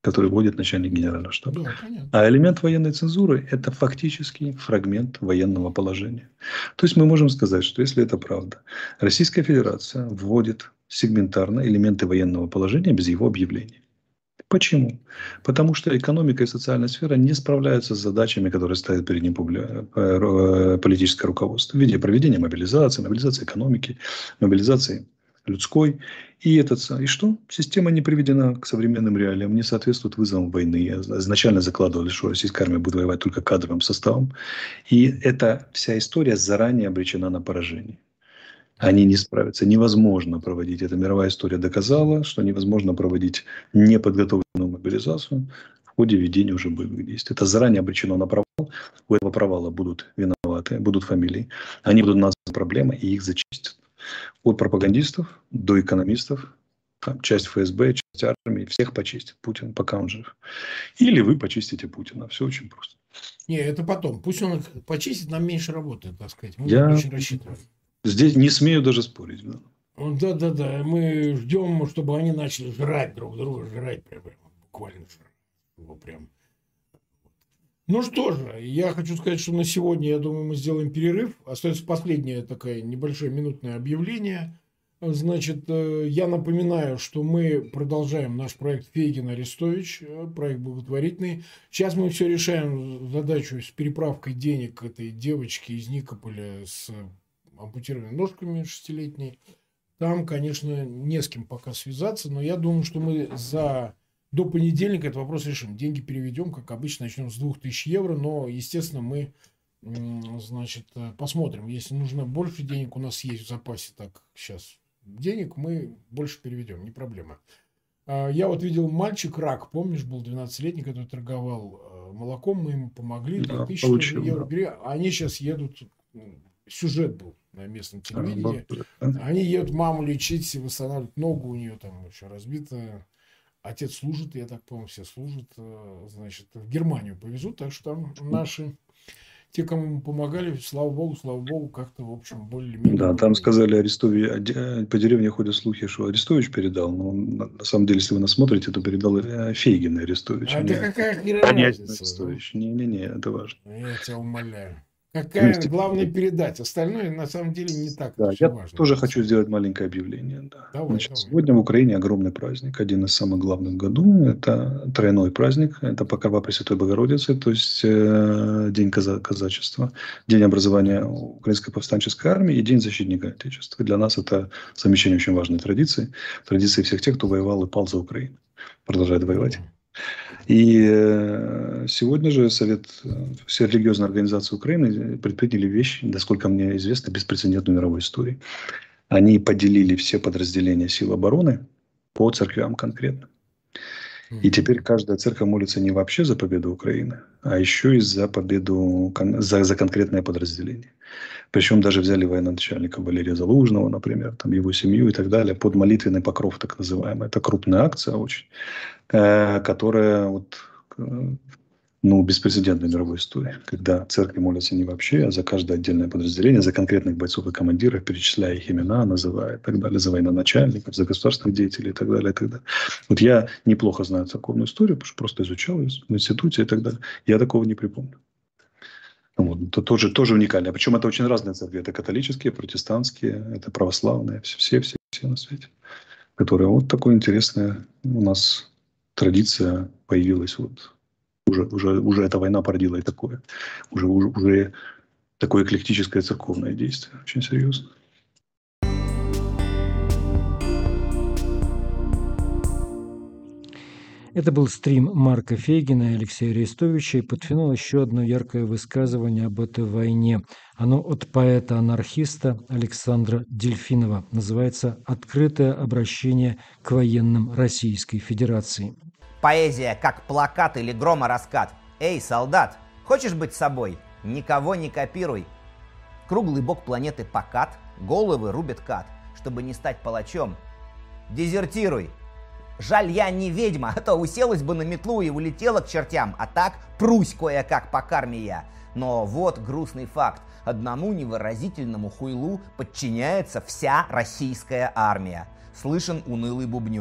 который вводит начальник генерального штаба. Да, понятно. А элемент военной цензуры – это фактически фрагмент военного положения. То есть мы можем сказать, что если это правда, Российская Федерация вводит сегментарно элементы военного положения без его объявления. Почему? Потому что экономика и социальная сфера не справляются с задачами, которые ставит перед ним политическое руководство в виде проведения мобилизации, мобилизации экономики, мобилизации людской. И, этот, и что? Система не приведена к современным реалиям, не соответствует вызовам войны. Изначально закладывали, что российская армия будет воевать только кадровым составом. И эта вся история заранее обречена на поражение. Они не справятся. Невозможно проводить. Эта мировая история доказала, что невозможно проводить неподготовленную мобилизацию в ходе ведения уже боевых действий. Это заранее обречено на провал. У этого провала будут виноваты, будут фамилии. Они будут названы проблемой, и их зачистят. От пропагандистов до экономистов, там, часть эф эс бэ, часть армии, всех почистит Путин, пока он жив. Или вы почистите Путина. Все очень просто. Не, это потом. Пусть он их почистит, нам меньше работы, так сказать. Мы Я... очень рассчитываем. Здесь не смею даже спорить. Да. Да, да, да. Мы ждем, чтобы они начали жрать друг друга, жрать прям, буквально жрать. Прям. Ну что же, я хочу сказать, что на сегодня, я думаю, мы сделаем перерыв. Остается последнее такое небольшое минутное объявление. Значит, я напоминаю, что мы продолжаем наш проект Фейгин-Арестович, проект благотворительный. Сейчас мы все решаем задачу с переправкой денег этой девочки из Никополя с ампутированными ножками шестилетней. Там, конечно, не с кем пока связаться, но я думаю, что мы за... до понедельника этот вопрос решим. Деньги переведем, как обычно, начнем с двух тысяч евро, но, естественно, мы, значит, посмотрим. Если нужно больше денег, у нас есть в запасе так сейчас денег, мы больше переведем, не проблема. Я вот видел мальчик, Рак, помнишь, был двенадцатилетний, который торговал молоком, мы ему помогли, да, две тысячи евро. Да. Они сейчас едут, сюжет был на местном телевидении, они едут маму лечить, восстанавливать ногу, у нее там еще разбита. Отец служит, я так понял, все служат, значит, в Германию повезут, так что там наши, те, кому мы помогали, слава богу, слава богу, как-то, в общем, более-менее... Да, там сказали, Арестович, по деревне ходят слухи, что Арестович передал, но на самом деле, если вы нас смотрите, то передал Фейгин Арестович. А не, это какая разница? Арестович. Не-не-не, это важно. Я тебя умоляю. Какая Вместе. Главное передать, остальное на самом деле не так Да, я важно. тоже хочу сделать маленькое объявление. Да. Давай, Значит, давай. Сегодня в Украине огромный праздник, один из самых главных в году. Это тройной праздник, это Покрова Пресвятой Богородицы, то есть э, День каза- казачества, День образования Украинской повстанческой армии и День защитника Отечества. Для нас это совмещение очень важной традиции, традиции всех тех, кто воевал и пал за Украину, продолжает воевать. И э, сегодня же Совет, все религиозные организации Украины предприняли вещь, насколько мне известно, беспрецедентную в мировой истории. Они поделили все подразделения сил обороны по церквям конкретно. И теперь каждая церковь молится не вообще за победу Украины, а еще и за победу, за, за конкретное подразделение. Причем даже взяли военачальника Валерия Залужного, например, там его семью и так далее, под молитвенный покров, так называемый. Это крупная акция очень, э, которая вот, э, ну, беспрецедентная в мировой истории, когда церкви молятся не вообще, а за каждое отдельное подразделение, за конкретных бойцов и командиров, перечисляя их имена, называя и так далее, за военачальников, за государственных деятелей и так далее, и так далее. Вот я неплохо знаю церковную историю, потому что просто изучал ее в институте и так далее. Я такого не припомню. Вот, это тоже, тоже уникально. Причем это очень разные церкви. Это католические, протестантские, это православные, все, все, все на свете. Которые вот такая интересная у нас традиция появилась. Вот. Уже, уже, уже эта война породила и такое. Уже, уже, уже такое эклектическое церковное действие. Очень серьезно. Это был стрим Марка Фейгина и Алексея Арестовича, и под финал еще одно яркое высказывание об этой войне. Оно от поэта-анархиста Александра Дельфинова. Называется «Открытое обращение к военным Российской Федерации». Поэзия как плакат или громораскат. Эй, солдат, хочешь быть собой? Никого не копируй. Круглый бок планеты покат, головы рубит кат. Чтобы не стать палачом, дезертируй. Жаль, я не ведьма, а то уселась бы на метлу и улетела к чертям, а так прусь кое-как по карме я. Но вот грустный факт. Одному невыразительному хуйлу подчиняется вся российская армия. Слышен унылый бубнеж.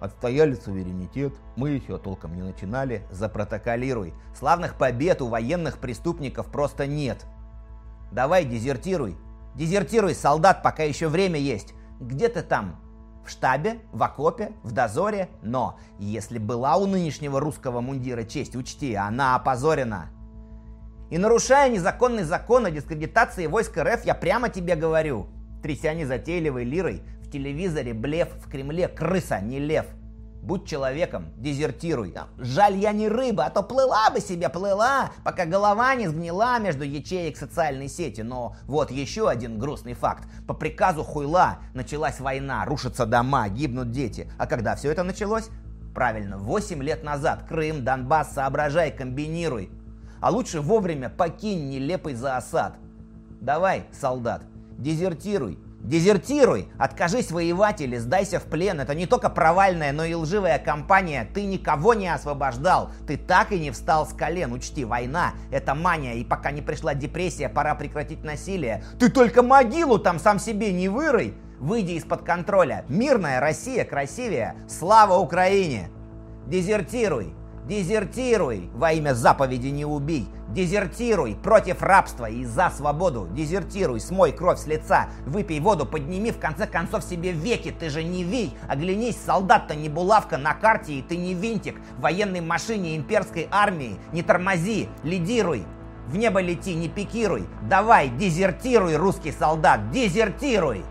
Отстояли суверенитет, мы еще толком не начинали, запротоколируй. Славных побед у военных преступников просто нет. Давай, дезертируй. Дезертируй, солдат, пока еще время есть. Где ты там? В штабе? В окопе? В дозоре? Но, если была у нынешнего русского мундира честь, учти, она опозорена. И нарушая незаконный закон о дискредитации войск РФ, я прямо тебе говорю, тряся незатейливой лирой, в телевизоре блеф, в Кремле крыса, не лев. Будь человеком, дезертируй. Жаль, я не рыба, а то плыла бы себе, плыла, пока голова не сгнила между ячеек социальной сети. Но вот еще один грустный факт. По приказу Хуйла началась война, рушатся дома, гибнут дети. А когда все это началось? Правильно, восемь лет назад. Крым, Донбасс, соображай, комбинируй. А лучше вовремя покинь нелепый зоосад. Давай, солдат, дезертируй. Дезертируй, откажись воевать или сдайся в плен. Это не только провальная, но и лживая кампания. Ты никого не освобождал. Ты так и не встал с колен. Учти, война — это мания. И пока не пришла депрессия, пора прекратить насилие. Ты только могилу там сам себе не вырой. Выйди из-под контроля. Мирная Россия красивее. Слава Украине! Дезертируй. Дезертируй во имя заповеди «не убий». Дезертируй против рабства и за свободу. Дезертируй, смой кровь с лица, выпей воду, подними в конце концов себе веки. Ты же не вий, оглянись, солдат-то не булавка на карте, и ты не винтик в военной машине имперской армии. Не тормози, лидируй, в небо лети, не пикируй. Давай, дезертируй, русский солдат, дезертируй.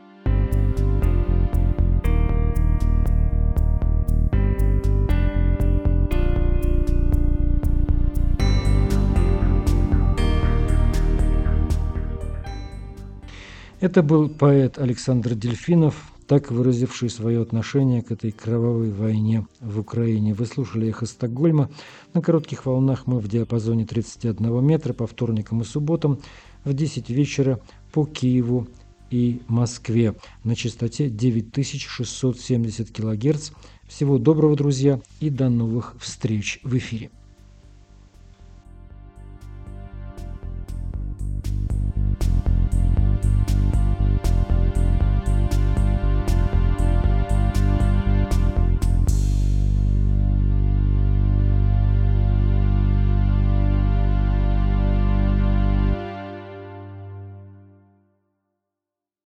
Это был поэт Александр Дельфинов, так выразивший свое отношение к этой кровавой войне в Украине. Вы слушали «Эхо Стокгольма». На коротких волнах мы в диапазоне тридцать один метра по вторникам и субботам в десять вечера по Киеву и Москве на частоте девять тысяч шестьсот семьдесят килогерц. Всего доброго, друзья, и до новых встреч в эфире.